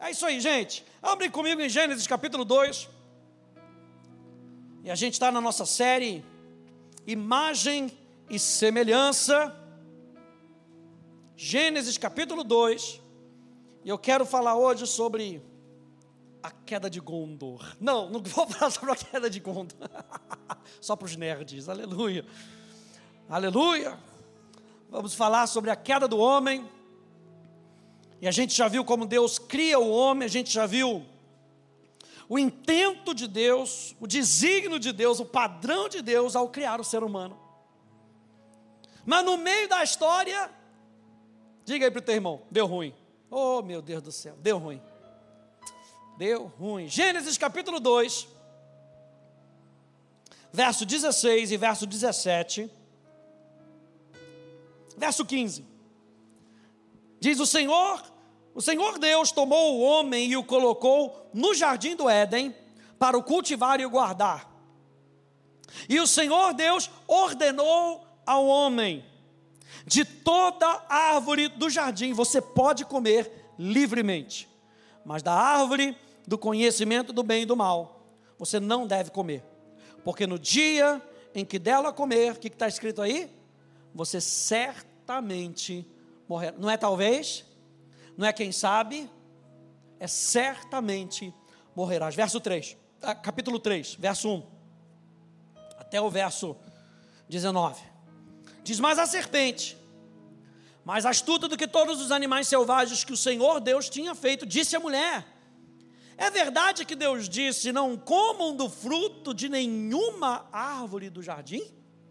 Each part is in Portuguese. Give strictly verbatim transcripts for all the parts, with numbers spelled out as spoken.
É isso aí, gente. Abrem comigo em Gênesis capítulo dois. E a gente está na nossa série Imagem e Semelhança. Gênesis capítulo dois. E eu quero falar hoje sobre a queda de Gondor. Não, não vou falar sobre a queda de Gondor. Só para os nerds. Aleluia. Aleluia. Vamos falar sobre a queda do homem. E a gente já viu como Deus cria o homem, a gente já viu o intento de Deus, o desígnio de Deus, o padrão de Deus ao criar o ser humano. Mas no meio da história, diga aí para o teu irmão, deu ruim. Oh, meu Deus do céu, deu ruim. Deu ruim. Gênesis capítulo dois, verso dezesseis e verso dezessete. Verso quinze. Diz o Senhor, o Senhor Deus tomou o homem e o colocou no jardim do Éden para o cultivar e o guardar. E o Senhor Deus ordenou ao homem: de toda árvore do jardim você pode comer livremente, mas da árvore do conhecimento do bem e do mal você não deve comer, porque no dia em que dela comer, o que está escrito aí? Você certamente morrerá. Não é talvez, não é quem sabe, é certamente morrerás. Verso três, capítulo três, verso um, até o verso dezenove. Diz: mas a serpente, mais astuta do que todos os animais selvagens que o Senhor Deus tinha feito, disse à mulher: é verdade que Deus disse, não comam do fruto de nenhuma árvore do jardim?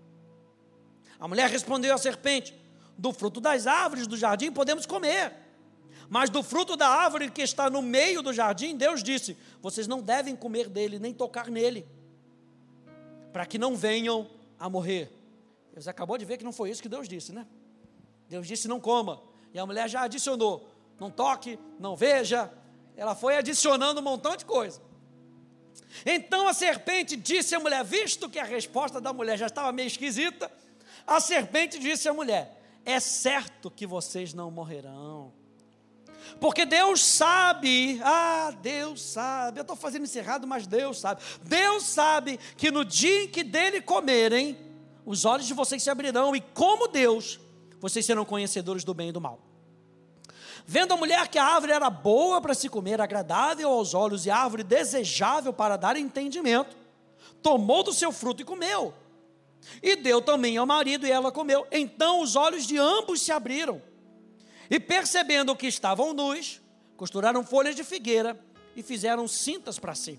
A mulher respondeu à serpente: do fruto das árvores do jardim podemos comer, mas do fruto da árvore que está no meio do jardim, Deus disse: vocês não devem comer dele, nem tocar nele, para que não venham a morrer. Você acabou de ver que não foi isso que Deus disse, né? Deus disse: não coma, e a mulher já adicionou: não toque, não veja. Ela foi adicionando um montão de coisa. Então a serpente disse à mulher, visto que a resposta da mulher já estava meio esquisita, a serpente disse à mulher: é certo que vocês não morrerão, porque Deus sabe, ah, Deus sabe, eu estou fazendo isso errado, mas Deus sabe, Deus sabe que no dia em que dele comerem, os olhos de vocês se abrirão, e como Deus, vocês serão conhecedores do bem e do mal. Vendo a mulher que a árvore era boa para se comer, agradável aos olhos, e árvore desejável para dar entendimento, tomou do seu fruto e comeu, e deu também ao marido, e ela comeu. Então os olhos de ambos se abriram, e percebendo que estavam nus, costuraram folhas de figueira, e fizeram cintas para si.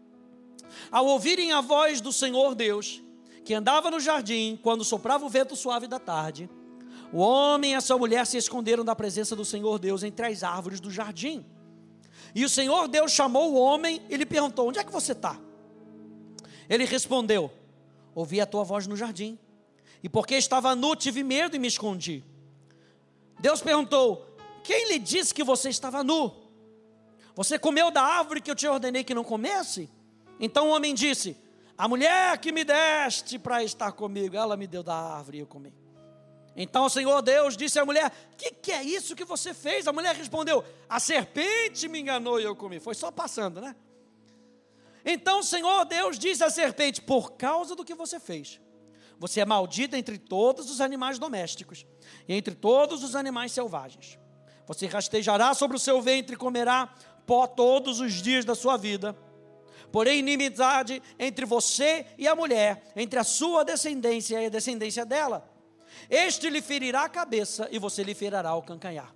Ao ouvirem a voz do Senhor Deus, que andava no jardim, quando soprava o vento suave da tarde, o homem e a sua mulher se esconderam da presença do Senhor Deus entre as árvores do jardim. E o Senhor Deus chamou o homem e lhe perguntou: onde é que você está? Ele respondeu: ouvi a tua voz no jardim, e porque estava nu, tive medo e me escondi. Deus perguntou: quem lhe disse que você estava nu? Você comeu da árvore que eu te ordenei que não comesse? Então o homem disse: a mulher que me deste para estar comigo, ela me deu da árvore e eu comi. Então o Senhor Deus disse à mulher: o que, que é isso que você fez? A mulher respondeu: a serpente me enganou e eu comi. Foi só passando, né? Então o Senhor Deus disse à serpente: por causa do que você fez, você é maldita entre todos os animais domésticos e entre todos os animais selvagens. Você rastejará sobre o seu ventre e comerá pó todos os dias da sua vida. Porém, inimizade entre você e a mulher, entre a sua descendência e a descendência dela. Este lhe ferirá a cabeça e você lhe ferirá o calcanhar.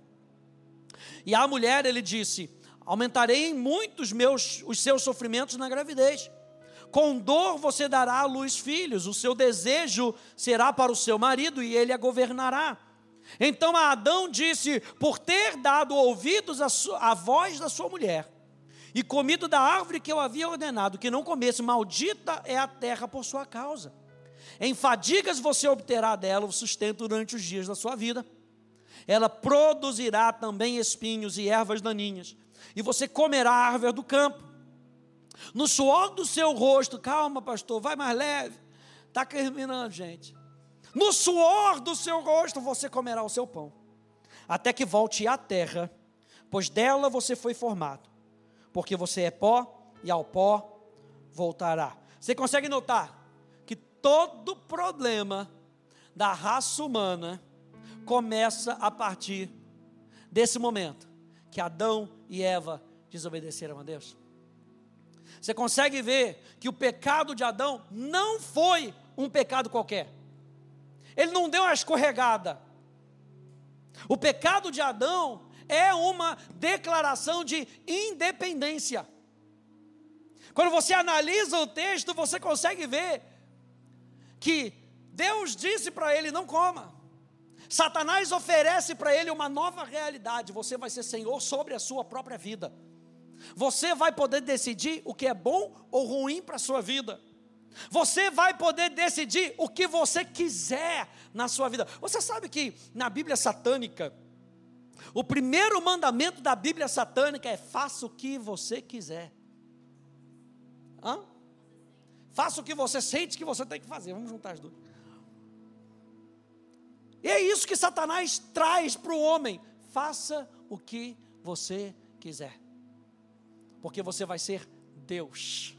E à mulher ele disse: aumentarei em muitos meus, os seus sofrimentos na gravidez. Com dor você dará à luz filhos, o seu desejo será para o seu marido e ele a governará. Então Adão disse: por ter dado ouvidos à, sua, à voz da sua mulher e comido da árvore que eu havia ordenado que não comesse, maldita é a terra por sua causa. Em fadigas você obterá dela o sustento durante os dias da sua vida. Ela produzirá também espinhos e ervas daninhas, e você comerá a árvore do campo. No suor do seu rosto, calma pastor, vai mais leve, está terminando gente. No suor do seu rosto você comerá o seu pão, até que volte à terra, pois dela você foi formado, porque você é pó e ao pó voltará. Você consegue notar que todo problema da raça humana começa a partir desse momento que Adão e Eva desobedeceram a Deus? Você consegue ver que o pecado de Adão não foi um pecado qualquer. Ele não deu uma escorregada. O pecado de Adão é uma declaração de independência. Quando você analisa o texto, você consegue ver que Deus disse para ele: não coma. Satanás oferece para ele uma nova realidade: você vai ser senhor sobre a sua própria vida. Você vai poder decidir o que é bom ou ruim para a sua vida. Você vai poder decidir o que você quiser na sua vida. Você sabe que na Bíblia satânica, o primeiro mandamento da Bíblia satânica é: faça o que você quiser. Hã? Faça o que você sente que você tem que fazer. Vamos juntar as duas. E é isso que Satanás traz para o homem: faça o que você quiser, porque você vai ser Deus.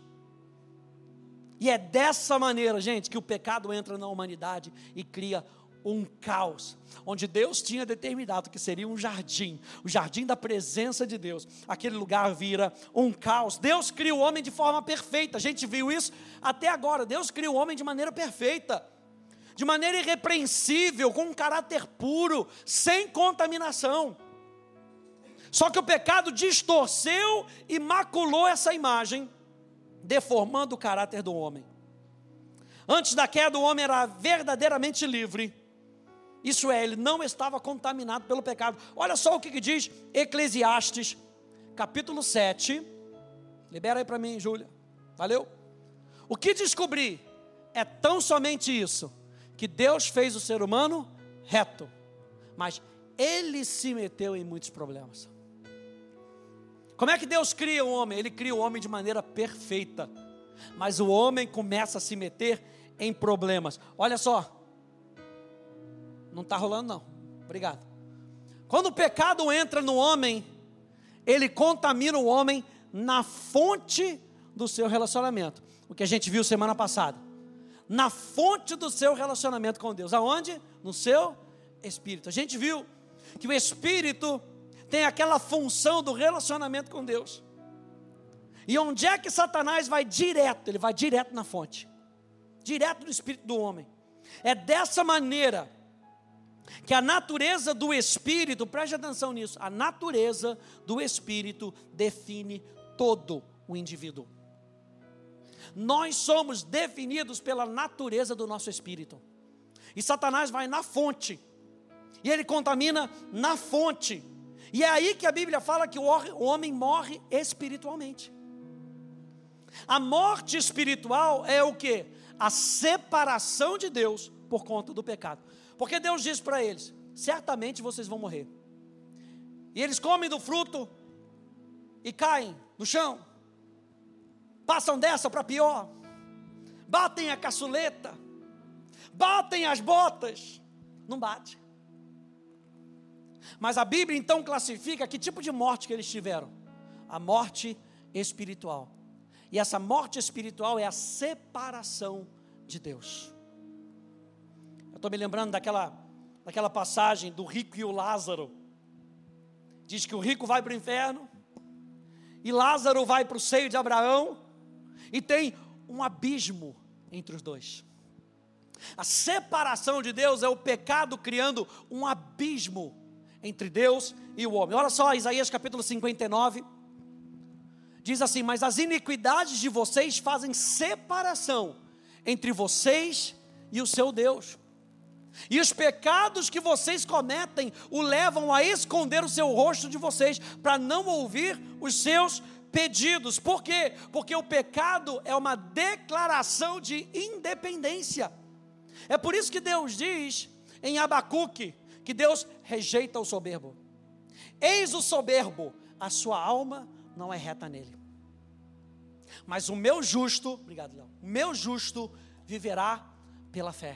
E é dessa maneira, gente, que o pecado entra na humanidade e cria um caos, onde Deus tinha determinado que seria um jardim, o jardim da presença de Deus. Aquele lugar vira um caos. Deus cria o homem de forma perfeita. A gente viu isso até agora. Deus cria o homem de maneira perfeita, de maneira irrepreensível, com um caráter puro, sem contaminação. Só que o pecado distorceu e maculou essa imagem, deformando o caráter do homem. Antes da queda, o homem era verdadeiramente livre. Isso é, ele não estava contaminado pelo pecado. Olha só o que, que diz Eclesiastes, capítulo sete. Libera aí para mim, Júlia. Valeu? O que descobri é tão somente isso: que Deus fez o ser humano reto, mas ele se meteu em muitos problemas. Como é que Deus cria o homem? Ele cria o homem de maneira perfeita, mas o homem começa a se meter em problemas. Olha só, não está rolando não, obrigado. Quando o pecado entra no homem, ele contamina o homem na fonte do seu relacionamento. O que a gente viu semana passada, na fonte do seu relacionamento com Deus. Aonde? No seu espírito. A gente viu que o espírito tem aquela função do relacionamento com Deus. E onde é que Satanás vai direto? Ele vai direto na fonte, direto no espírito do homem. É dessa maneira que a natureza do espírito, preste atenção nisso, a natureza do espírito define todo o indivíduo. Nós somos definidos pela natureza do nosso espírito. E Satanás vai na fonte, e ele contamina na fonte. E é aí que a Bíblia fala que o homem morre espiritualmente. A morte espiritual é o quê? A separação de Deus por conta do pecado. Porque Deus diz para eles: certamente vocês vão morrer. E eles comem do fruto e caem no chão. Passam dessa para pior. Batem a caçuleta. Batem as botas. Não bate. Mas a Bíblia então classifica que tipo de morte que eles tiveram: a morte espiritual. E essa morte espiritual é a separação de Deus. Eu estou me lembrando daquela, daquela passagem do rico e o Lázaro. Diz que o rico vai para o inferno e Lázaro vai para o seio de Abraão, e tem um abismo entre os dois. A separação de Deus é o pecado criando um abismo entre Deus e o homem. Olha só, Isaías capítulo cinquenta e nove, diz assim: mas as iniquidades de vocês fazem separação entre vocês e o seu Deus, e os pecados que vocês cometem o levam a esconder o seu rosto de vocês, para não ouvir os seus pedidos. Por quê? Porque o pecado é uma declaração de independência. É por isso que Deus diz em Abacuque que Deus rejeita o soberbo. Eis o soberbo, a sua alma não é reta nele. Mas o meu justo, obrigado, Léo, o meu justo viverá pela fé.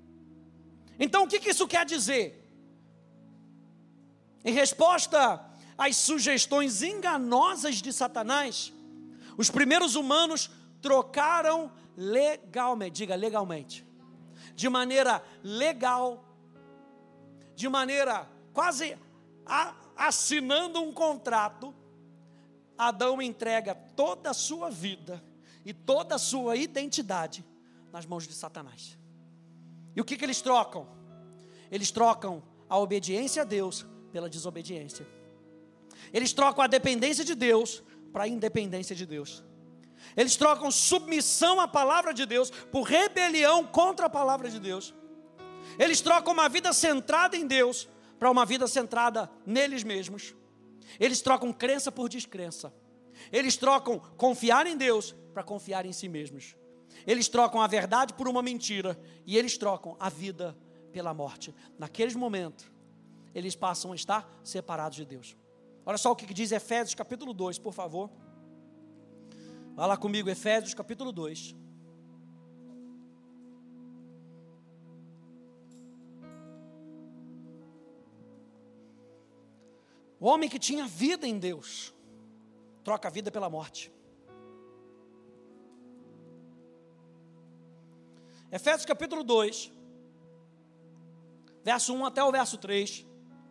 Então o que, que isso quer dizer? Em resposta às sugestões enganosas de Satanás, os primeiros humanos trocaram legalmente, diga legalmente, de maneira legal, de maneira quase a, assinando um contrato. Adão entrega toda a sua vida e toda a sua identidade nas mãos de Satanás. E o que, que eles trocam? Eles trocam a obediência a Deus pela desobediência. Eles trocam a dependência de Deus para a independência de Deus. Eles trocam submissão à palavra de Deus por rebelião contra a palavra de Deus. Eles trocam uma vida centrada em Deus para uma vida centrada neles mesmos. Eles trocam crença por descrença. Eles trocam confiar em Deus para confiar em si mesmos. Eles trocam a verdade por uma mentira. E eles trocam a vida pela morte. Naqueles momentos, eles passam a estar separados de Deus. Olha só o que diz Efésios capítulo dois, por favor. Vai lá comigo, Efésios capítulo dois. O homem que tinha vida em Deus, troca a vida pela morte. Efésios capítulo dois, verso um até o verso três.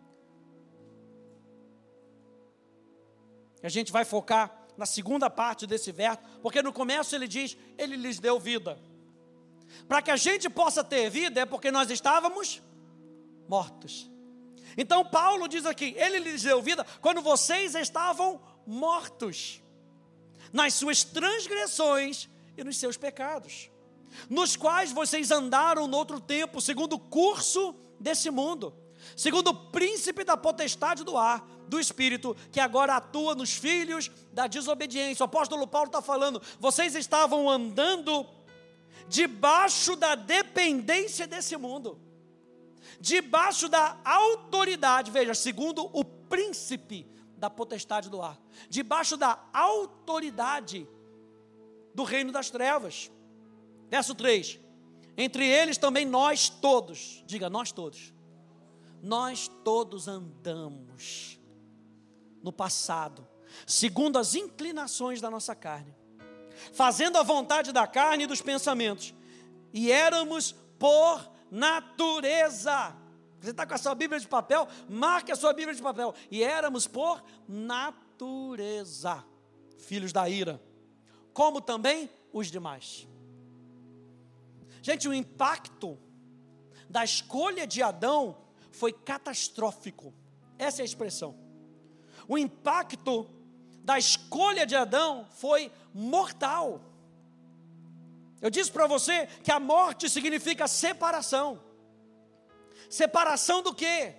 A gente vai focar na segunda parte desse verso, porque no começo ele diz, ele lhes deu vida. Para que a gente possa ter vida, é porque nós estávamos mortos. Então Paulo diz aqui, ele lhes deu vida quando vocês estavam mortos, nas suas transgressões e nos seus pecados, nos quais vocês andaram no outro tempo, segundo o curso desse mundo, segundo o príncipe da potestade do ar, do Espírito, que agora atua nos filhos da desobediência. O apóstolo Paulo está falando, vocês estavam andando debaixo da dependência desse mundo, debaixo da autoridade, veja, segundo o príncipe da potestade do ar, debaixo da autoridade do reino das trevas. Verso três, entre eles também nós todos, diga nós todos, nós todos andamos no passado, segundo as inclinações da nossa carne, fazendo a vontade da carne e dos pensamentos, e éramos por natureza, você está com a sua Bíblia de papel, marque a sua Bíblia de papel, e éramos por natureza, filhos da ira, como também os demais. Gente, o impacto da escolha de Adão foi catastrófico, essa é a expressão. O impacto da escolha de Adão foi mortal. Eu disse para você que a morte significa separação. Separação do quê?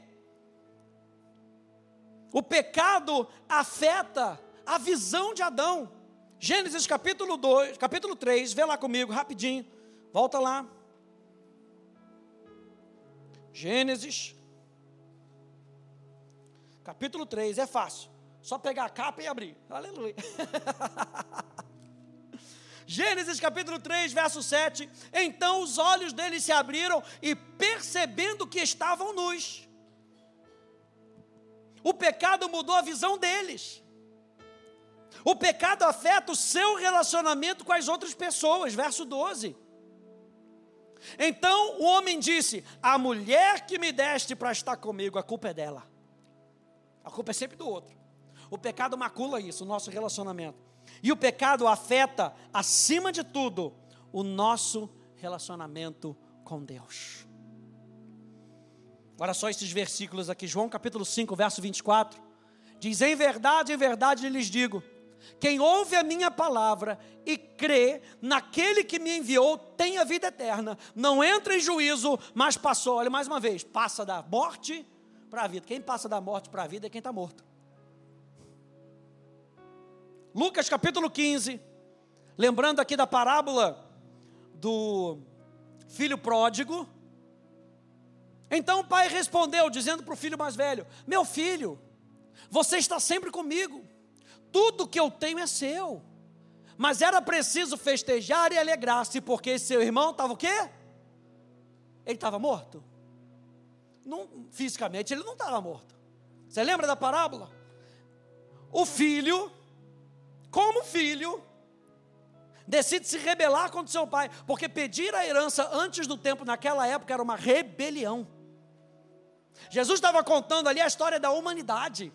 O pecado afeta a visão de Adão. Gênesis capítulo dois, capítulo três, vê lá comigo rapidinho. Volta lá. Gênesis capítulo três, é fácil. Só pegar a capa e abrir. Aleluia. Gênesis capítulo três, verso sete. Então os olhos deles se abriram e percebendo que estavam nus. O pecado mudou a visão deles. O pecado afeta o seu relacionamento com as outras pessoas. Verso doze. Então o homem disse, a mulher que me deste para estar comigo, a culpa é dela. A culpa é sempre do outro. O pecado macula isso, o nosso relacionamento. E o pecado afeta, acima de tudo, o nosso relacionamento com Deus. Olha só esses versículos aqui, João capítulo cinco, verso vinte e quatro. Diz, em verdade, em verdade lhes digo, quem ouve a minha palavra e crê naquele que me enviou, tem a vida eterna. Não entra em juízo, mas passou, olha mais uma vez, passa da morte para a vida. Quem passa da morte para a vida é quem está morto. Lucas capítulo quinze, lembrando aqui da parábola do filho pródigo. Então o pai respondeu, dizendo para o filho mais velho, meu filho, você está sempre comigo, tudo que eu tenho é seu, mas era preciso festejar e alegrar-se, porque seu irmão estava o quê? Ele estava morto? Não, fisicamente ele não estava morto. Você lembra da parábola? o filho, como filho, decide se rebelar contra seu pai, porque pedir a herança antes do tempo, naquela época, era uma rebelião. Jesus estava contando ali a história da humanidade.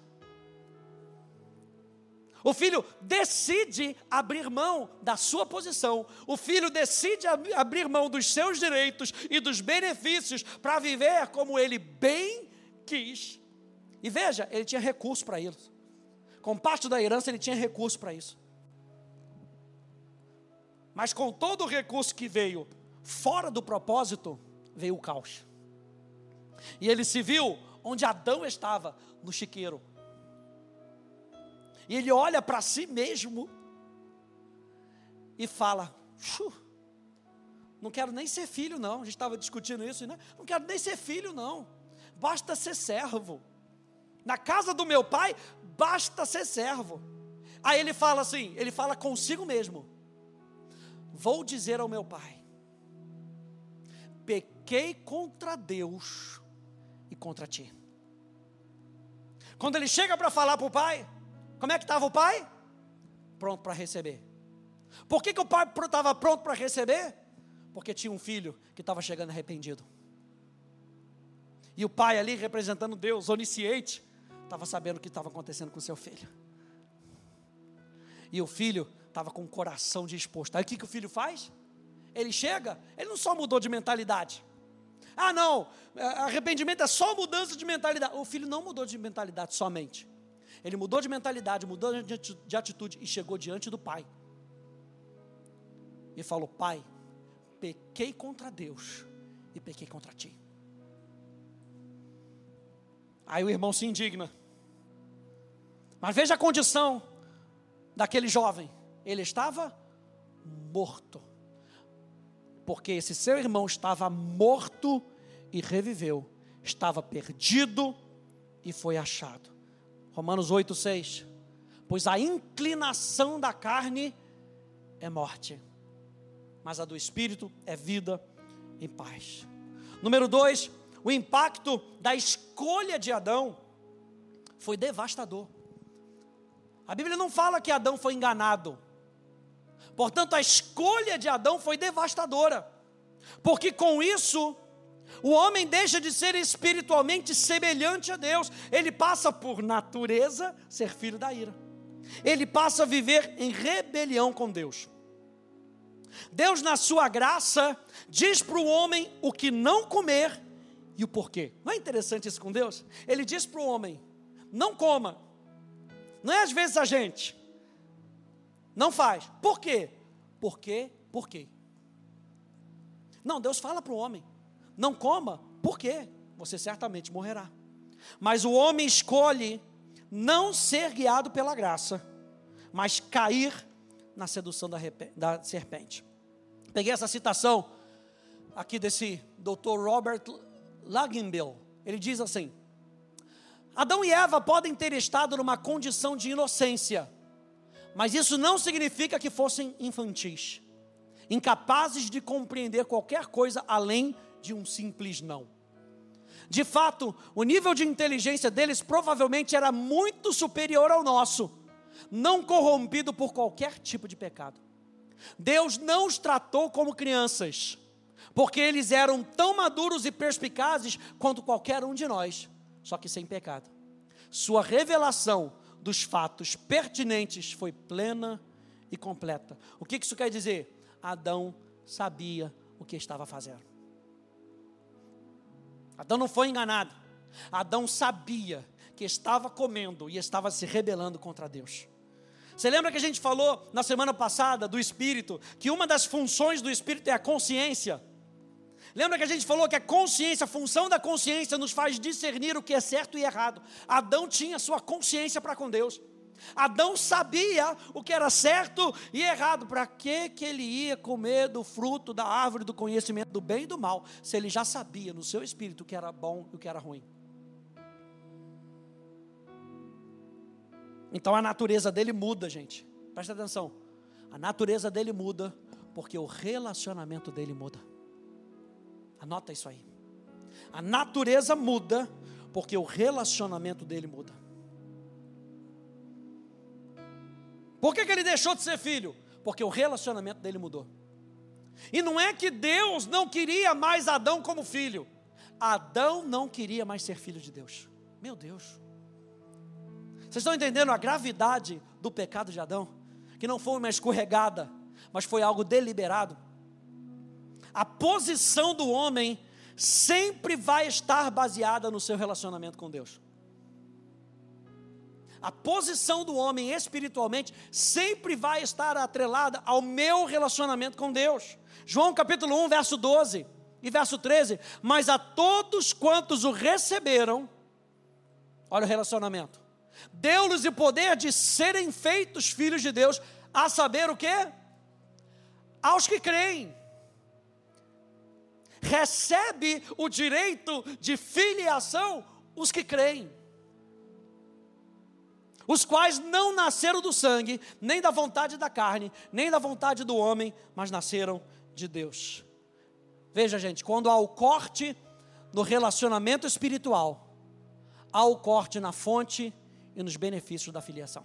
O filho decide abrir mão da sua posição, o filho decide ab- abrir mão dos seus direitos e dos benefícios para viver como ele bem quis. E veja, ele tinha recurso para isso. Com parte da herança ele tinha recurso para isso. Mas com todo o recurso que veio fora do propósito, veio o caos. E ele se viu onde Adão estava, no chiqueiro. E ele olha para si mesmo e fala: não quero nem ser filho não. A gente estava discutindo isso, né? Não quero nem ser filho não, basta ser servo. Na casa do meu pai, basta ser servo. Aí ele fala assim, ele fala consigo mesmo: vou dizer ao meu pai, pequei contra Deus e contra ti. Quando ele chega para falar para o pai, como é que estava o pai? Pronto para receber. Por que, que o pai estava pronto para receber? Porque tinha um filho que estava chegando arrependido. E o pai ali, representando Deus, onisciente, estava sabendo o que estava acontecendo com o seu filho. E o filho estava com o coração disposto. Aí o que, que o filho faz? Ele chega, ele não só mudou de mentalidade. Ah não, arrependimento é só mudança de mentalidade. O filho não mudou de mentalidade somente. Ele mudou de mentalidade, mudou de atitude e chegou diante do pai. E falou: pai, pequei contra Deus e pequei contra ti. Aí o irmão se indigna. Mas veja a condição daquele jovem. Ele estava morto. Porque esse seu irmão estava morto e reviveu. Estava perdido e foi achado. Romanos oito, seis. Pois a inclinação da carne é morte, mas a do Espírito é vida e paz. Número dois, o impacto da escolha de Adão foi devastador. A Bíblia não fala que Adão foi enganado. Portanto, a escolha de Adão foi devastadora. Porque com isso, o homem deixa de ser espiritualmente semelhante a Deus. Ele passa por natureza ser filho da ira. Ele passa a viver em rebelião com Deus. Deus, na sua graça, diz para o homem o que não comer e o porquê. Não é interessante isso com Deus? Ele diz para o homem: não coma. Não é às vezes a gente não faz. Por quê? Por quê? Por quê? Não, Deus fala para o homem: não coma, por quê? Você certamente morrerá. Mas o homem escolhe não ser guiado pela graça, mas cair na sedução da, da serpente. Peguei essa citação aqui desse doutor Robert Langenbill. Ele diz assim: Adão e Eva podem ter estado numa condição de inocência, mas isso não significa que fossem infantis, incapazes de compreender qualquer coisa além de um simples não. De fato, o nível de inteligência deles provavelmente era muito superior ao nosso, não corrompido por qualquer tipo de pecado. Deus não os tratou como crianças, porque eles eram tão maduros e perspicazes quanto qualquer um de nós, só que sem pecado. Sua revelação dos fatos pertinentes foi plena e completa. O que isso quer dizer? Adão sabia o que estava fazendo. Adão não foi enganado. Adão sabia que estava comendo e estava se rebelando contra Deus. Você lembra que a gente falou na semana passada do Espírito, que uma das funções do Espírito é a consciência? Lembra que a gente falou que a consciência, a função da consciência nos faz discernir o que é certo e errado? Adão tinha sua consciência para com Deus. Adão sabia o que era certo e errado. Para que que ele ia comer do fruto da árvore do conhecimento do bem e do mal, se ele já sabia no seu espírito o que era bom e o que era ruim? Então a natureza dele muda, gente. Presta atenção. A natureza dele muda porque o relacionamento dele muda. Anota isso aí. A natureza muda porque o relacionamento dele muda. Por que que ele deixou de ser filho? Porque o relacionamento dele mudou. E não é que Deus não queria mais Adão como filho. Adão não queria mais ser filho de Deus. Meu Deus. Vocês estão entendendo a gravidade do pecado de Adão? Que não foi uma escorregada, mas foi algo deliberado. A posição do homem sempre vai estar baseada no seu relacionamento com Deus. A posição do homem espiritualmente sempre vai estar atrelada ao meu relacionamento com Deus. João capítulo um, verso doze e verso treze. Mas a todos quantos o receberam, olha o relacionamento, deu-lhes o poder de serem feitos filhos de Deus, a saber o quê? Aos que creem. Recebe o direito de filiação os que creem, os quais não nasceram do sangue, nem da vontade da carne, nem da vontade do homem, mas nasceram de Deus. Veja, gente, quando há o corte no relacionamento espiritual, há o corte na fonte e nos benefícios da filiação.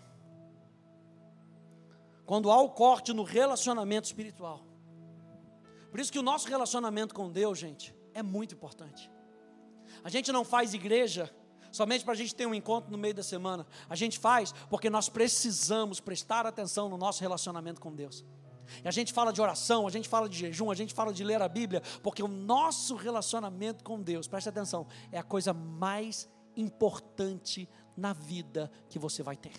Quando há o corte no relacionamento espiritual. Por isso que o nosso relacionamento com Deus, gente, é muito importante. A gente não faz igreja somente para a gente ter um encontro no meio da semana. A gente faz porque nós precisamos prestar atenção no nosso relacionamento com Deus. E a gente fala de oração, a gente fala de jejum, a gente fala de ler a Bíblia, porque o nosso relacionamento com Deus, presta atenção, é a coisa mais importante na vida que você vai ter.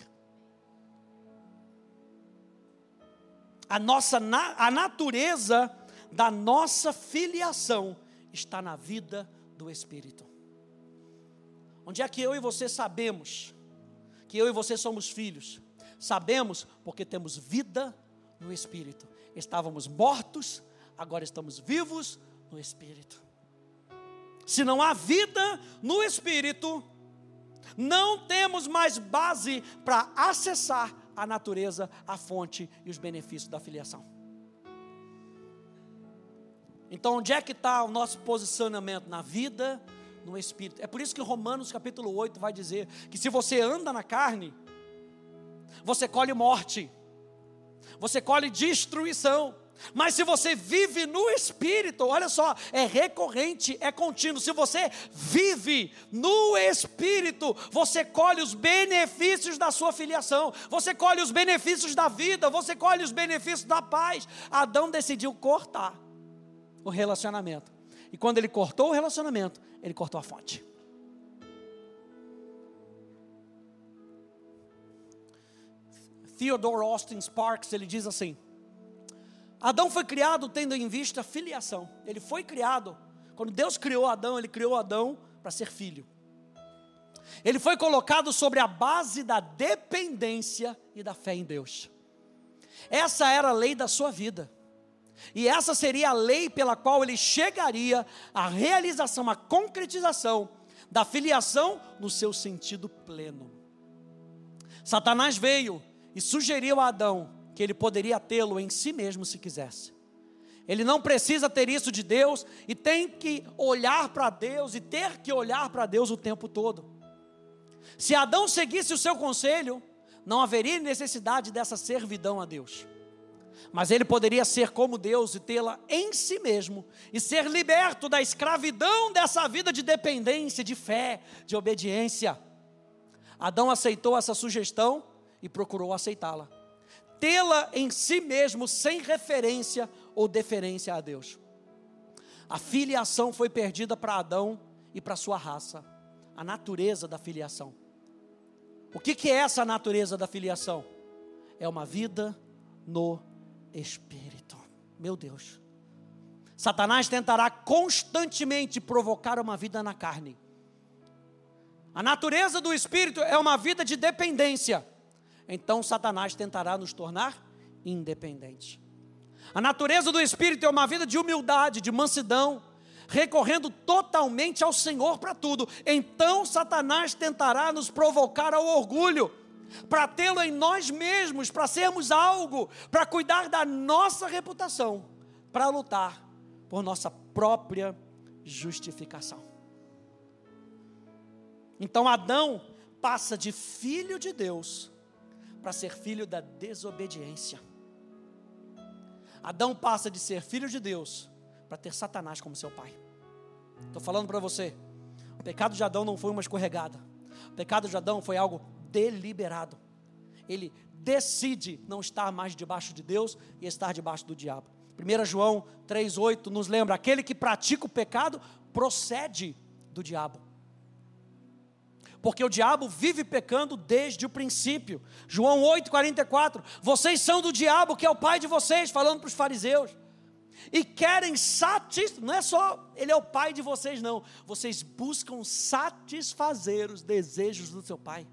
A nossa, a natureza da nossa filiação está na vida do Espírito. Onde é que eu e você sabemos que eu e você somos filhos? Sabemos porque temos vida no Espírito. Estávamos mortos, agora estamos vivos no Espírito. Se não há vida no Espírito, não temos mais base para acessar a natureza, a fonte e os benefícios da filiação. Então, onde é que está o nosso posicionamento? Na vida, no Espírito. É por isso que Romanos capítulo oito vai dizer que se você anda na carne, você colhe morte, você colhe destruição. Mas se você vive no Espírito, olha só, é recorrente, é contínuo. Se você vive no Espírito, você colhe os benefícios da sua filiação, você colhe os benefícios da vida, você colhe os benefícios da paz. Adão decidiu cortar o relacionamento, e quando ele cortou o relacionamento, ele cortou a fonte. Theodore Austin Sparks, ele diz assim: Adão foi criado tendo em vista a filiação. Ele foi criado, quando Deus criou Adão, ele criou Adão para ser filho. Ele foi colocado sobre a base da dependência e da fé em Deus. Essa era a lei da sua vida. E essa seria a lei pela qual ele chegaria à realização, à concretização da filiação no seu sentido pleno. Satanás veio e sugeriu a Adão que ele poderia tê-lo em si mesmo se quisesse. Ele não precisa ter isso de Deus e tem que olhar para Deus e ter que olhar para Deus o tempo todo. Se Adão seguisse o seu conselho, não haveria necessidade dessa servidão a Deus. Mas ele poderia ser como Deus e tê-la em si mesmo e ser liberto da escravidão dessa vida de dependência, de fé, de obediência. Adão aceitou essa sugestão e procurou aceitá-la. Tê-la em si mesmo sem referência ou deferência a Deus. A filiação foi perdida para Adão e para sua raça. A natureza da filiação. O que, que é essa natureza da filiação? É uma vida no Espírito. Meu Deus. Satanás tentará constantemente provocar uma vida na carne. A natureza do Espírito é uma vida de dependência. Então Satanás tentará nos tornar independentes. A natureza do Espírito é uma vida de humildade, de mansidão, recorrendo totalmente ao Senhor para tudo. Então Satanás tentará nos provocar ao orgulho, para tê-lo em nós mesmos, para sermos algo, para cuidar da nossa reputação, para lutar por nossa própria justificação. Então Adão passa de filho de Deus para ser filho da desobediência. Adão passa de ser filho de Deus para ter Satanás como seu pai. Estou falando para você, o pecado de Adão não foi uma escorregada. O pecado de Adão foi algo deliberado. Ele decide não estar mais debaixo de Deus e estar debaixo do diabo. primeiro João três, oito nos lembra, aquele que pratica o pecado procede do diabo. Porque o diabo vive pecando desde o princípio. João oito, quarenta e quatro, vocês são do diabo, que é o pai de vocês, falando para os fariseus. E querem satisfazer, não é só, ele é o pai de vocês não, vocês buscam satisfazer os desejos do seu pai.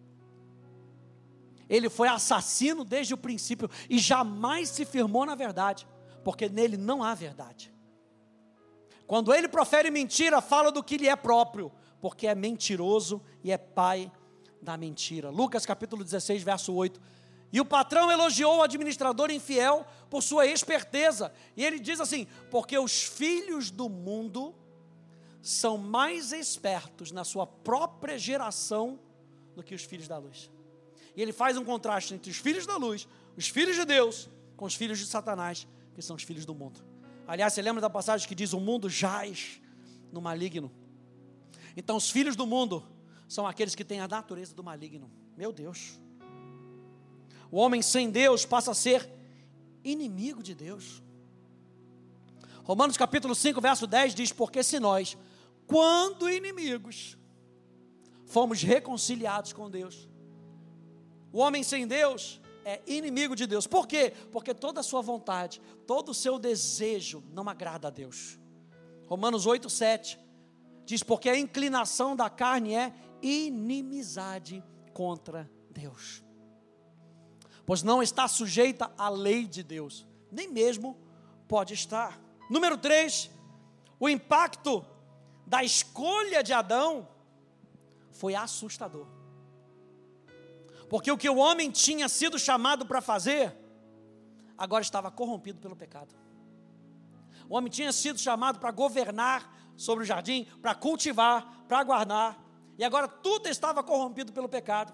Ele foi assassino desde o princípio e jamais se firmou na verdade, porque nele não há verdade. Quando ele profere mentira, fala do que lhe é próprio, porque é mentiroso e é pai da mentira. Lucas capítulo dezesseis, verso oito. E o patrão elogiou o administrador infiel por sua esperteza. E ele diz assim, porque os filhos do mundo são mais espertos na sua própria geração do que os filhos da luz. E ele faz um contraste entre os filhos da luz, os filhos de Deus, com os filhos de Satanás, que são os filhos do mundo. Aliás, você lembra da passagem que diz, o mundo jaz no maligno. Então os filhos do mundo são aqueles que têm a natureza do maligno. Meu Deus. O homem sem Deus passa a ser inimigo de Deus. Romanos capítulo cinco, verso dez diz, porque se nós, quando inimigos, fomos reconciliados com Deus. O homem sem Deus é inimigo de Deus. Por quê? Porque toda a sua vontade, todo o seu desejo não agrada a Deus. Romanos oito, sete diz, porque a inclinação da carne é inimizade contra Deus. Pois não está sujeita à lei de Deus, nem mesmo pode estar. Número três, o impacto da escolha de Adão foi assustador. Porque o que o homem tinha sido chamado para fazer, agora estava corrompido pelo pecado. O homem tinha sido chamado para governar sobre o jardim, para cultivar, para guardar, e agora tudo estava corrompido pelo pecado.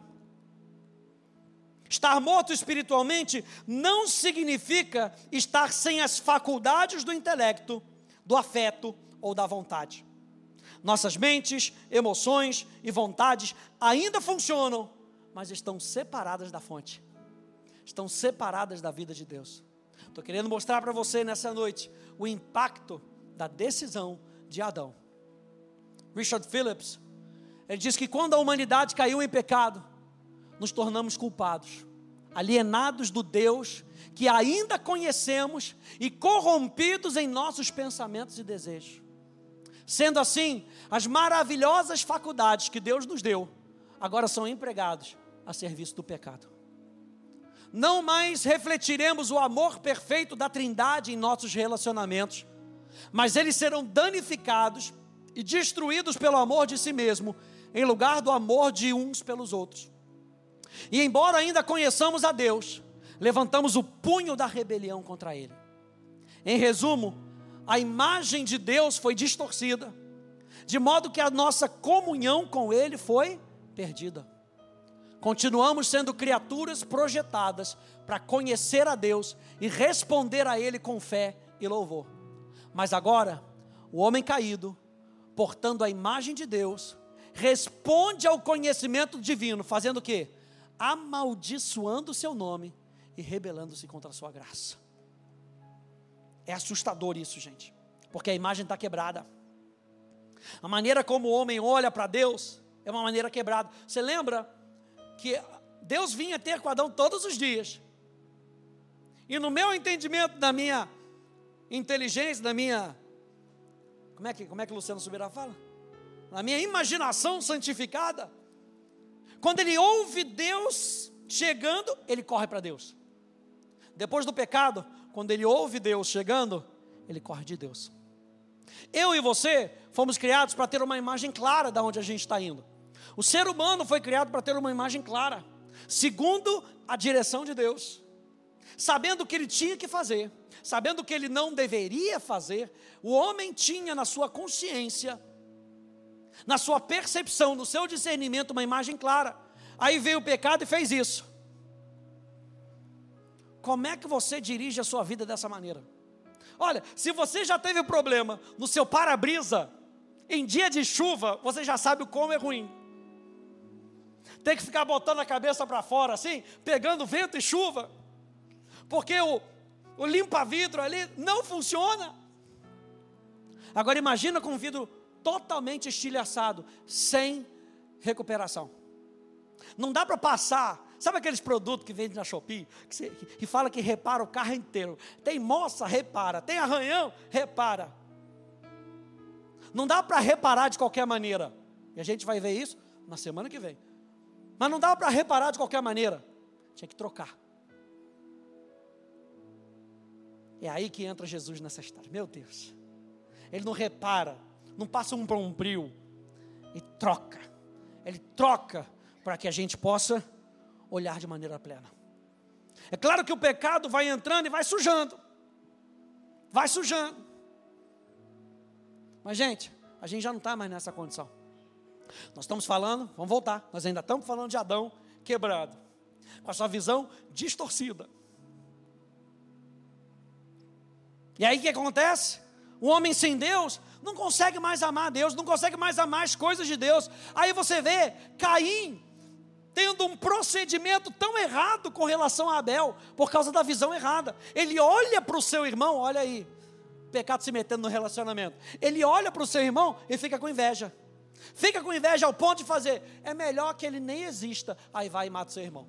Estar morto espiritualmente não significa estar sem as faculdades do intelecto, do afeto ou da vontade. Nossas mentes, emoções e vontades ainda funcionam, mas estão separadas da fonte, estão separadas da vida de Deus. Estou querendo mostrar para você nessa noite o impacto da decisão de Adão. Richard Phillips, ele diz que quando a humanidade caiu em pecado, nos tornamos culpados, alienados do Deus que ainda conhecemos e corrompidos em nossos pensamentos e desejos. Sendo assim, as maravilhosas faculdades que Deus nos deu, agora são empregados a serviço do pecado. Não mais refletiremos o amor perfeito da Trindade em nossos relacionamentos, mas eles serão danificados e destruídos pelo amor de si mesmo, em lugar do amor de uns pelos outros. E embora ainda conheçamos a Deus, levantamos o punho da rebelião contra Ele. Em resumo, a imagem de Deus foi distorcida, de modo que a nossa comunhão com Ele foi perdida. Continuamos sendo criaturas projetadas para conhecer a Deus e responder a Ele com fé e louvor. Mas agora, o homem caído, portando a imagem de Deus, responde ao conhecimento divino, fazendo o quê? Amaldiçoando o seu nome e rebelando-se contra a sua graça. É assustador isso, gente, porque a imagem está quebrada. A maneira como o homem olha para Deus é uma maneira quebrada. Você lembra que Deus vinha ter com Adão todos os dias, e no meu entendimento, da minha inteligência, da minha, como é que, como é que Luciano Subirá fala? Na minha imaginação santificada, quando ele ouve Deus chegando, ele corre para Deus. Depois do pecado, quando ele ouve Deus chegando, ele corre de Deus. Eu e você fomos criados para ter uma imagem clara de onde a gente está indo. O ser humano foi criado para ter uma imagem clara, segundo a direção de Deus, sabendo o que ele tinha que fazer, sabendo o que ele não deveria fazer. O homem tinha na sua consciência, na sua percepção, no seu discernimento, uma imagem clara. Aí veio o pecado e fez isso. Como é que você dirige a sua vida dessa maneira? Olha, se você já teve problema no seu para-brisa, em dia de chuva, você já sabe o como é ruim. Tem que ficar botando a cabeça para fora assim, pegando vento e chuva, porque o, o limpa-vidro ali não funciona. Agora imagina com um vidro totalmente estilhaçado, sem recuperação. Não dá para passar. Sabe aqueles produtos que vende na Shopee, que, você, que fala que repara o carro inteiro? Tem moça, repara. Tem arranhão, repara. Não dá para reparar de qualquer maneira. E a gente vai ver isso na semana que vem. Mas não dá para reparar de qualquer maneira. Tinha que trocar. É aí que entra Jesus nessa história. Meu Deus. Ele não repara, não passa um bombril. Ele troca. Ele troca para que a gente possa olhar de maneira plena. É claro que o pecado vai entrando e vai sujando. Vai sujando. Mas, gente, a gente já não está mais nessa condição. Nós estamos falando, vamos voltar, nós ainda estamos falando de Adão quebrado, com a sua visão distorcida. E aí o que acontece? O homem sem Deus não consegue mais amar Deus, não consegue mais amar as coisas de Deus. Aí você vê Caim tendo um procedimento tão errado com relação a Abel, por causa da visão errada. Ele olha para o seu irmão, olha aí, pecado se metendo no relacionamento. Ele olha para o seu irmão e fica com inveja. Fica com inveja ao ponto de fazer, é melhor que ele nem exista. Aí vai e mata o seu irmão.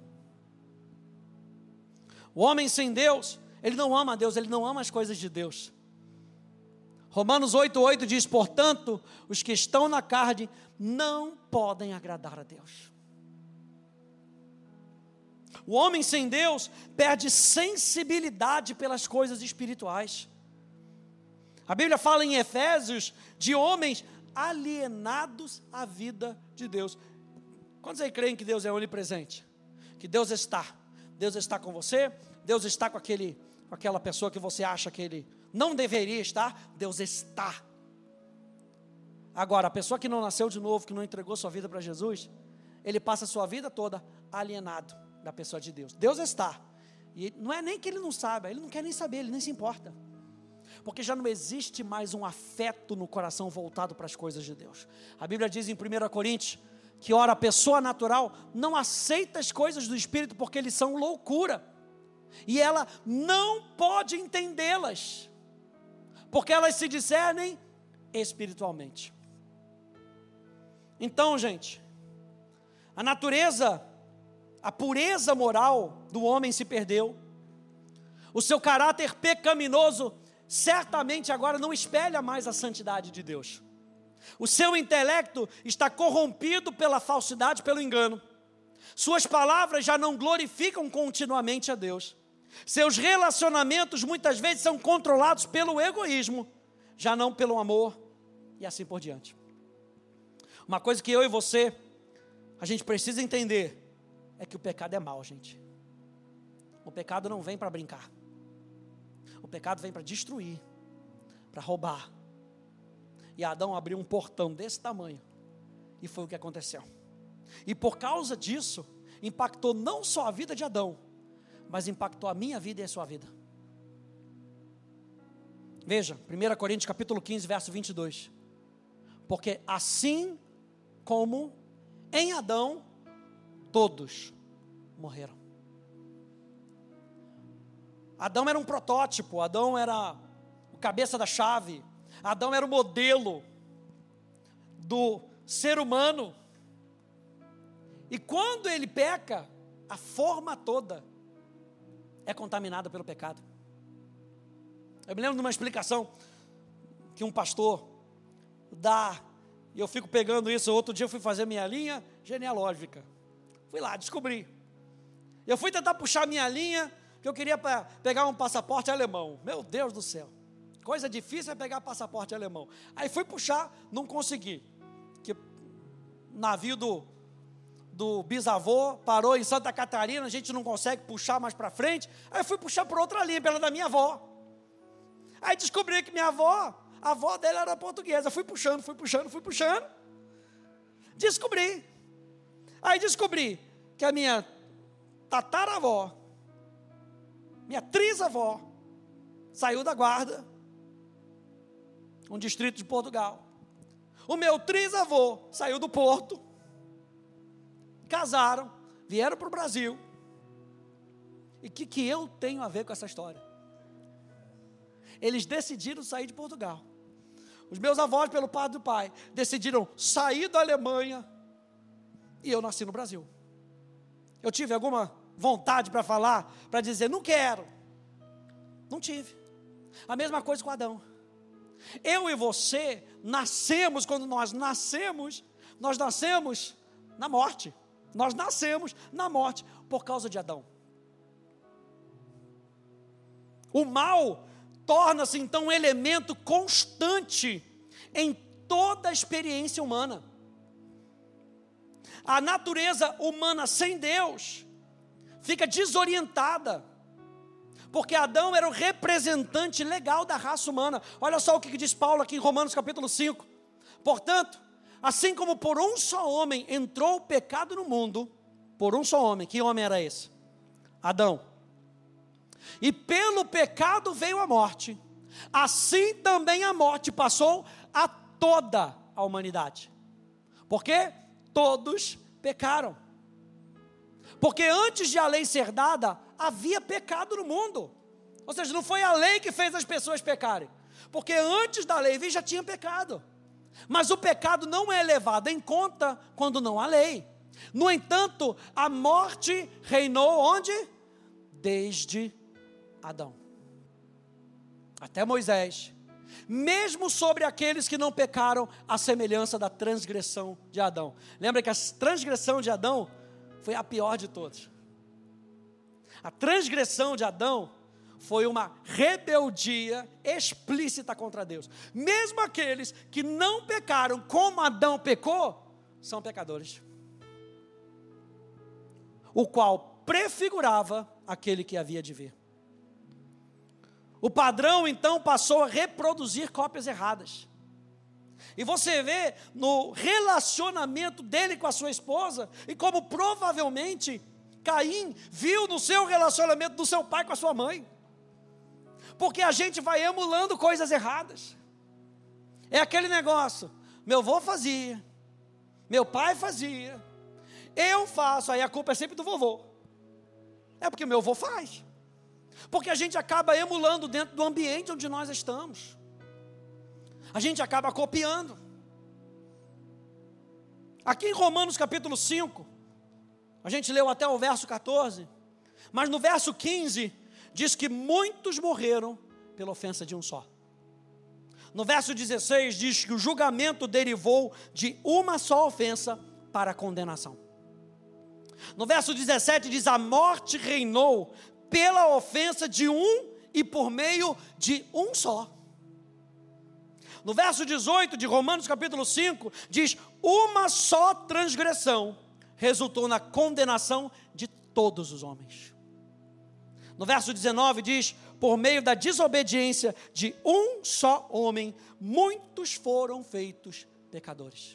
O homem sem Deus, ele não ama a Deus, ele não ama as coisas de Deus. Romanos oito, oito diz, portanto, os que estão na carne não podem agradar a Deus. O homem sem Deus perde sensibilidade pelas coisas espirituais. A Bíblia fala em Efésios de homens alienados à vida de Deus. Quantos aí creem que Deus é onipresente? Que Deus está, Deus está com você, Deus está com, aquele, com aquela pessoa que você acha que Ele não deveria estar, Deus está. Agora, a pessoa que não nasceu de novo, que não entregou sua vida para Jesus, ele passa a sua vida toda alienado da pessoa de Deus. Deus está, e não é nem que ele não saiba, ele não quer nem saber, ele nem se importa. Porque já não existe mais um afeto no coração voltado para as coisas de Deus. A Bíblia diz em primeira Coríntios, que ora a pessoa natural não aceita as coisas do Espírito porque eles são loucura. E ela não pode entendê-las, porque elas se discernem espiritualmente. Então, gente, a natureza, a pureza moral do homem se perdeu. O seu caráter pecaminoso certamente agora não espelha mais a santidade de Deus. O seu intelecto está corrompido pela falsidade, pelo engano. Suas palavras já não glorificam continuamente a Deus. Seus relacionamentos muitas vezes são controlados pelo egoísmo, já não pelo amor, e assim por diante. Uma coisa que eu e você, a gente precisa entender, é que o pecado é mau, gente. O pecado não vem para brincar. O pecado vem para destruir, para roubar. E Adão abriu um portão desse tamanho, e foi o que aconteceu. E por causa disso, impactou não só a vida de Adão, mas impactou a minha vida e a sua vida. Veja, primeira Coríntios capítulo quinze, verso vinte e dois. Porque assim como em Adão, todos morreram. Adão era um protótipo, Adão era o cabeça da chave, Adão era o modelo do ser humano. E quando ele peca, a forma toda é contaminada pelo pecado. Eu me lembro de uma explicação que um pastor dá, e eu fico pegando isso. Outro dia eu fui fazer minha linha genealógica, fui lá, descobri. Eu fui tentar puxar minha linha, que eu queria pegar um passaporte alemão. Meu Deus do céu, coisa difícil é pegar passaporte alemão. Aí fui puxar, não consegui, que navio do do bisavô parou em Santa Catarina, a gente não consegue puxar mais para frente. Aí fui puxar por outra linha, pela da minha avó. Aí descobri que minha avó, a avó dela era portuguesa. Fui puxando, fui puxando, fui puxando. Descobri. Aí descobri que a minha tataravó, minha trisavó, saiu da guarda, um distrito de Portugal. O meu trisavô saiu do Porto, casaram, vieram para o Brasil. E o que, que eu tenho a ver com essa história? Eles decidiram sair de Portugal. Os meus avós, pelo pai do pai, decidiram sair da Alemanha. E eu nasci no Brasil. Eu tive alguma vontade para falar, para dizer, não quero. Não tive. A mesma coisa com Adão. Eu e você nascemos, quando nós nascemos, nós nascemos na morte. Nós nascemos na morte por causa de Adão. O mal torna-se então um elemento constante em toda a experiência humana. A natureza humana sem Deus fica desorientada, porque Adão era o representante legal da raça humana. Olha só o que diz Paulo aqui em Romanos capítulo cinco. Portanto, assim como por um só homem entrou o pecado no mundo, por um só homem, que homem era esse? Adão. E pelo pecado veio a morte, assim também a morte passou a toda a humanidade. Por quê? Todos pecaram. Porque antes de a lei ser dada, havia pecado no mundo. Ou seja, não foi a lei que fez as pessoas pecarem. Porque antes da lei vir já tinha pecado. Mas o pecado não é levado em conta quando não há lei. No entanto, a morte reinou onde? Desde Adão até Moisés, mesmo sobre aqueles que não pecaram, a semelhança da transgressão de Adão. Lembra que a transgressão de Adão foi a pior de todas. A transgressão de Adão foi uma rebeldia explícita contra Deus. Mesmo aqueles que não pecaram como Adão pecou, são pecadores, o qual prefigurava aquele que havia de vir. O padrão então passou a reproduzir cópias erradas. E você vê no relacionamento dele com a sua esposa, e como provavelmente Caim viu no seu relacionamento do seu pai com a sua mãe. Porque a gente vai emulando coisas erradas. É aquele negócio, meu avô fazia, meu pai fazia, eu faço, aí a culpa é sempre do vovô. É porque meu avô faz. Porque a gente acaba emulando dentro do ambiente onde nós estamos. A gente acaba copiando. Aqui em Romanos capítulo cinco, a gente leu até o verso quatorze, mas no verso quinze, diz que muitos morreram pela ofensa de um só. No verso dezesseis, diz que o julgamento derivou de uma só ofensa para a condenação. No verso dezessete diz, a morte reinou pela ofensa de um e por meio de um só. No verso dezoito de Romanos capítulo cinco, diz, uma só transgressão resultou na condenação de todos os homens. No verso dezenove diz, por meio da desobediência de um só homem, muitos foram feitos pecadores.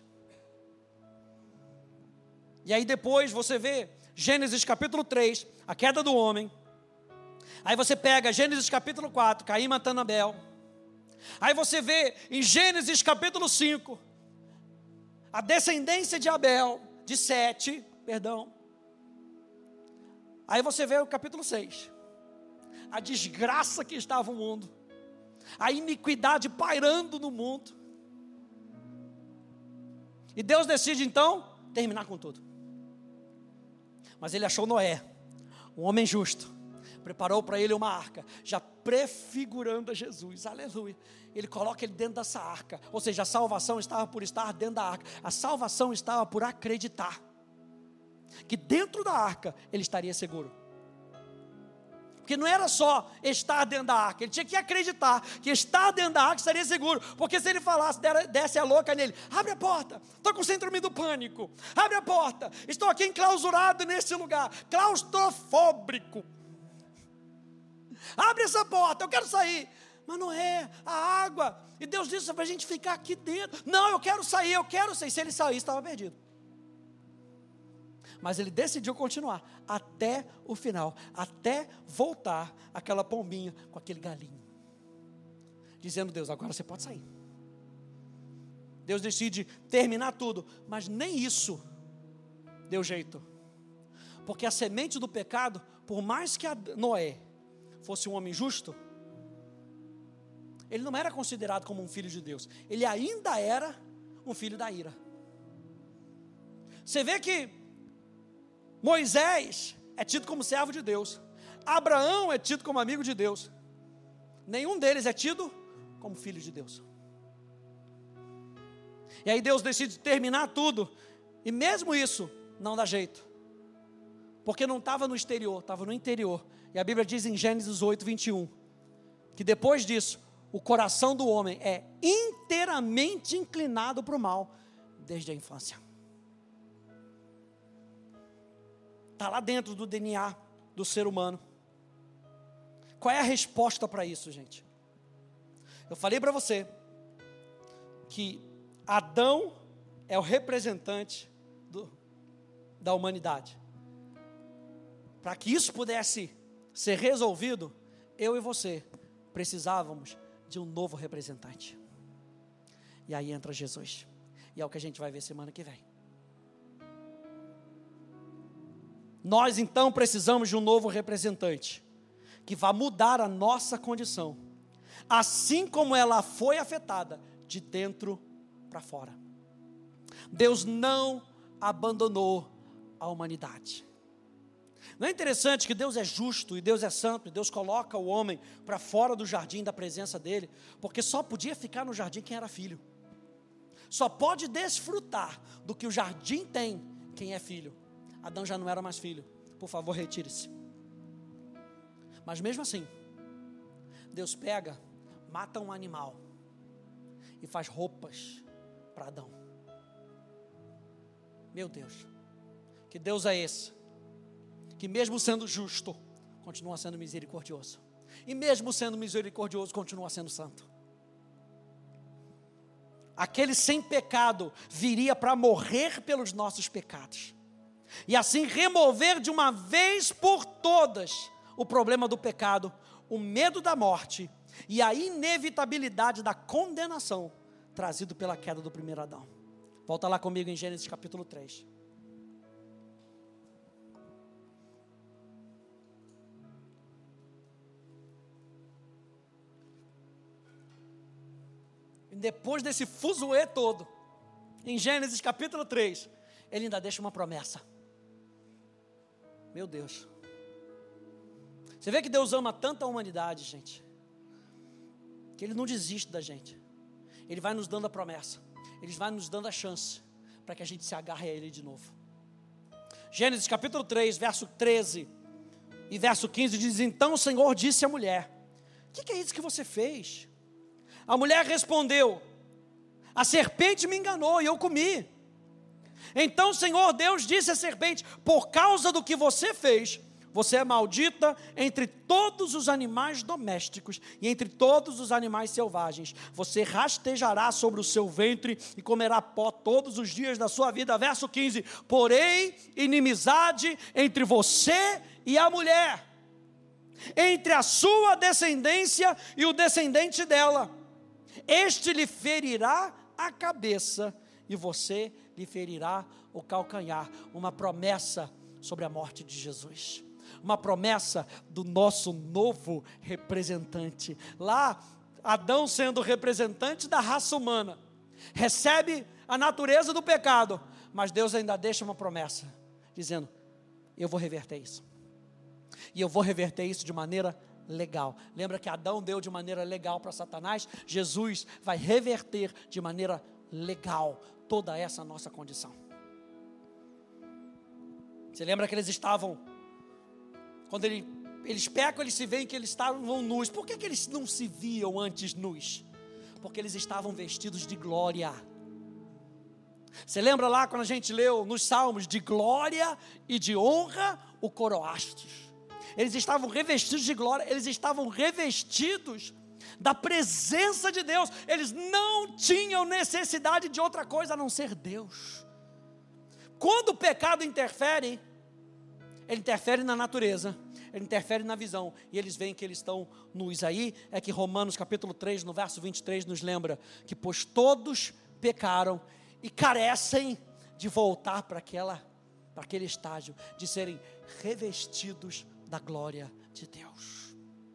E aí depois você vê Gênesis capítulo três, a queda do homem. Aí você pega Gênesis capítulo quatro, Caim matando Abel. Aí você vê em Gênesis capítulo cinco, a descendência de Abel, de Sete, perdão. Aí você vê o capítulo seis, a desgraça que estava o mundo, a iniquidade pairando no mundo. E Deus decide então terminar com tudo. Mas ele achou Noé, um homem justo, preparou para ele uma arca, já prefigurando a Jesus, aleluia. Ele coloca ele dentro dessa arca, ou seja, a salvação estava por estar dentro da arca, a salvação estava por acreditar, que dentro da arca ele estaria seguro. Porque não era só estar dentro da arca, ele tinha que acreditar que estar dentro da arca estaria seguro. Porque se ele falasse, desse a louca nele, abre a porta, estou com síndrome do pânico, abre a porta, estou aqui enclausurado nesse lugar, claustrofóbico, abre essa porta, eu quero sair. Mas não é, a água, e Deus disse para a gente ficar aqui dentro. Não, eu quero sair, eu quero sair. Se ele saísse, estava perdido. Mas ele decidiu continuar até o final, até voltar aquela pombinha com aquele galinho, dizendo: Deus, agora você pode sair. Deus decide terminar tudo, mas nem isso deu jeito, porque a semente do pecado, por mais que Noé fosse um homem justo, ele não era considerado como um filho de Deus, ele ainda era um filho da ira. Você vê que Moisés é tido como servo de Deus, Abraão é tido como amigo de Deus, nenhum deles é tido como filho de Deus. E aí Deus decide terminar tudo, e mesmo isso não dá jeito, porque não estava no exterior, estava no interior. E a Bíblia diz em Gênesis oito, vinte e um, que depois disso, o coração do homem é inteiramente inclinado para o mal, desde a infância. Está lá dentro do D N A do ser humano. Qual é a resposta para isso, gente? Eu falei para você que Adão é o representante do, da humanidade. Para que isso pudesse ser resolvido, eu e você precisávamos de um novo representante. E aí entra Jesus. E é o que a gente vai ver semana que vem. Nós então precisamos de um novo representante, que vai mudar a nossa condição, assim como ela foi afetada de dentro para fora. Deus não abandonou a humanidade. Não é interessante que Deus é justo e Deus é santo, e Deus coloca o homem para fora do jardim da presença dele, porque só podia ficar no jardim quem era filho. Só pode desfrutar do que o jardim tem quem é filho. Adão já não era mais filho. Por favor, retire-se. Mas mesmo assim, Deus pega, mata um animal e faz roupas para Adão. Meu Deus, que Deus é esse? Que mesmo sendo justo, continua sendo misericordioso. E mesmo sendo misericordioso, continua sendo santo. Aquele sem pecado viria para morrer pelos nossos pecados, e assim remover de uma vez por todas o problema do pecado, o medo da morte e a inevitabilidade da condenação trazido pela queda do primeiro Adão. Volta lá comigo em Gênesis capítulo três. E depois desse fuzuê todo, em Gênesis capítulo três, ele ainda deixa uma promessa. Meu Deus. Você vê que Deus ama tanto a humanidade, gente, que Ele não desiste da gente. Ele vai nos dando a promessa, Ele vai nos dando a chance para que a gente se agarre a Ele de novo. Gênesis capítulo três, verso treze e verso quinze diz: então o Senhor disse à mulher: o que, que é isso que você fez? A mulher respondeu: a serpente me enganou e eu comi. Então o Senhor Deus disse à serpente: por causa do que você fez, você é maldita entre todos os animais domésticos e entre todos os animais selvagens. Você rastejará sobre o seu ventre e comerá pó todos os dias da sua vida. Verso quinze: porém inimizade entre você e a mulher, entre a sua descendência e o descendente dela. Este lhe ferirá a cabeça e você lhe ferirá o calcanhar. Uma promessa sobre a morte de Jesus. Uma promessa do nosso novo representante. Lá, Adão, sendo representante da raça humana, recebe a natureza do pecado, mas Deus ainda deixa uma promessa, dizendo: eu vou reverter isso. E eu vou reverter isso de maneira legal. Lembra que Adão deu de maneira legal para Satanás? Jesus vai reverter de maneira legal toda essa nossa condição. Você lembra que eles estavam, quando ele, eles pecam, eles se veem que eles estavam nus. Por que, que eles não se viam antes nus? Porque eles estavam vestidos de glória. Você lembra lá quando a gente leu nos Salmos: de glória e de honra o coroastes. Eles estavam revestidos de glória, eles estavam revestidos da presença de Deus. Eles não tinham necessidade de outra coisa a não ser Deus. Quando o pecado interfere, ele interfere na natureza, ele interfere na visão, e eles veem que eles estão nus. Aí é que Romanos capítulo três, no verso vinte e três, nos lembra que pois todos pecaram e carecem de voltar para aquela, para aquele estágio, de serem revestidos da glória de Deus.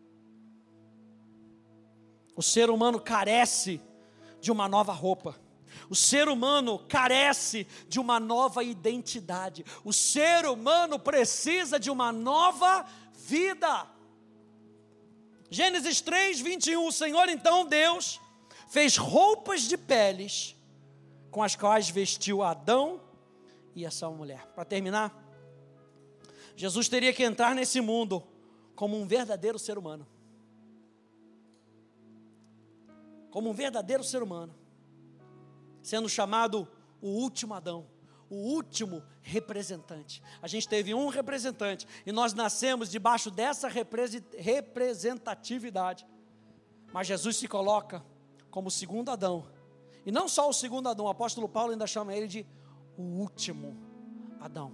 O ser humano carece de uma nova roupa. O ser humano carece de uma nova identidade. O ser humano precisa de uma nova vida. Gênesis três, vinte e um, o Senhor então Deus fez roupas de peles com as quais vestiu Adão e a sua mulher. Para terminar, Jesus teria que entrar nesse mundo como um verdadeiro ser humano. Como um verdadeiro ser humano. Sendo chamado o último Adão, o último representante. A gente teve um representante e nós nascemos debaixo dessa representatividade. Mas Jesus se coloca como o segundo Adão. E não só o segundo Adão, o apóstolo Paulo ainda chama ele de o último Adão.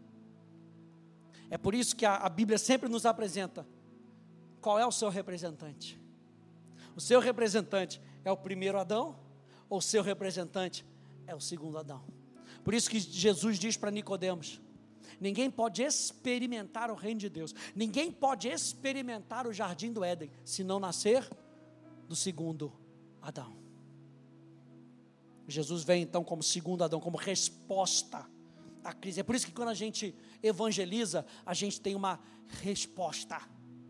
É por isso que a, a Bíblia sempre nos apresenta qual é o seu representante. O seu representante é o primeiro Adão, ou o seu representante é o segundo Adão. Por isso que Jesus diz para Nicodemos: ninguém pode experimentar o reino de Deus, ninguém pode experimentar o jardim do Éden, se não nascer do segundo Adão. Jesus vem então como segundo Adão, como resposta à crise. É por isso que quando a gente evangeliza, a gente tem uma resposta.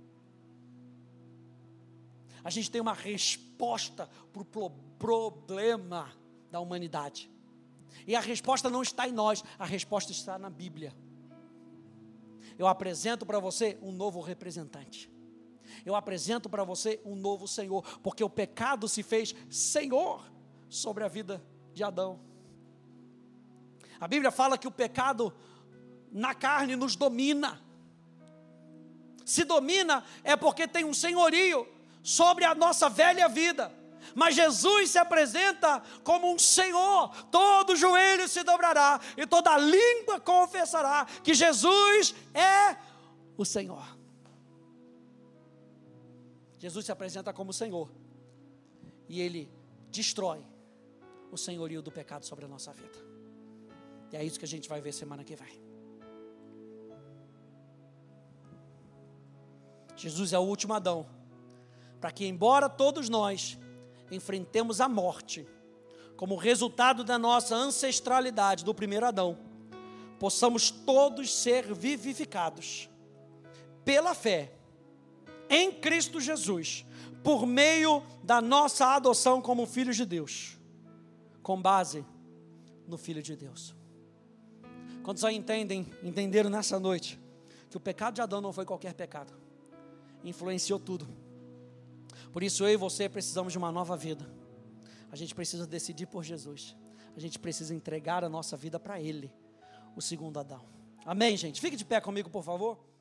A gente tem uma resposta para o problema da humanidade. E a resposta não está em nós, a resposta está na Bíblia. Eu apresento para você um novo representante. Eu apresento para você um novo Senhor, porque o pecado se fez Senhor sobre a vida de Adão. A Bíblia fala que o pecado na carne nos domina. Se domina é porque tem um senhorio sobre a nossa velha vida. Mas Jesus se apresenta como um Senhor. Todo joelho se dobrará e toda língua confessará que Jesus é o Senhor. Jesus se apresenta como Senhor e Ele destrói o senhorio do pecado sobre a nossa vida. E é isso que a gente vai ver semana que vem. Jesus é o último Adão, para que, embora todos nós enfrentemos a morte como resultado da nossa ancestralidade do primeiro Adão, possamos todos ser vivificados pela fé em Cristo Jesus, por meio da nossa adoção como filhos de Deus, com base no Filho de Deus. Quantos aí entendem, entenderam nessa noite que o pecado de Adão não foi qualquer pecado, influenciou tudo. Por isso eu e você precisamos de uma nova vida. A gente precisa decidir por Jesus. A gente precisa entregar a nossa vida para Ele, o segundo Adão. Amém, gente? Fique de pé comigo, por favor.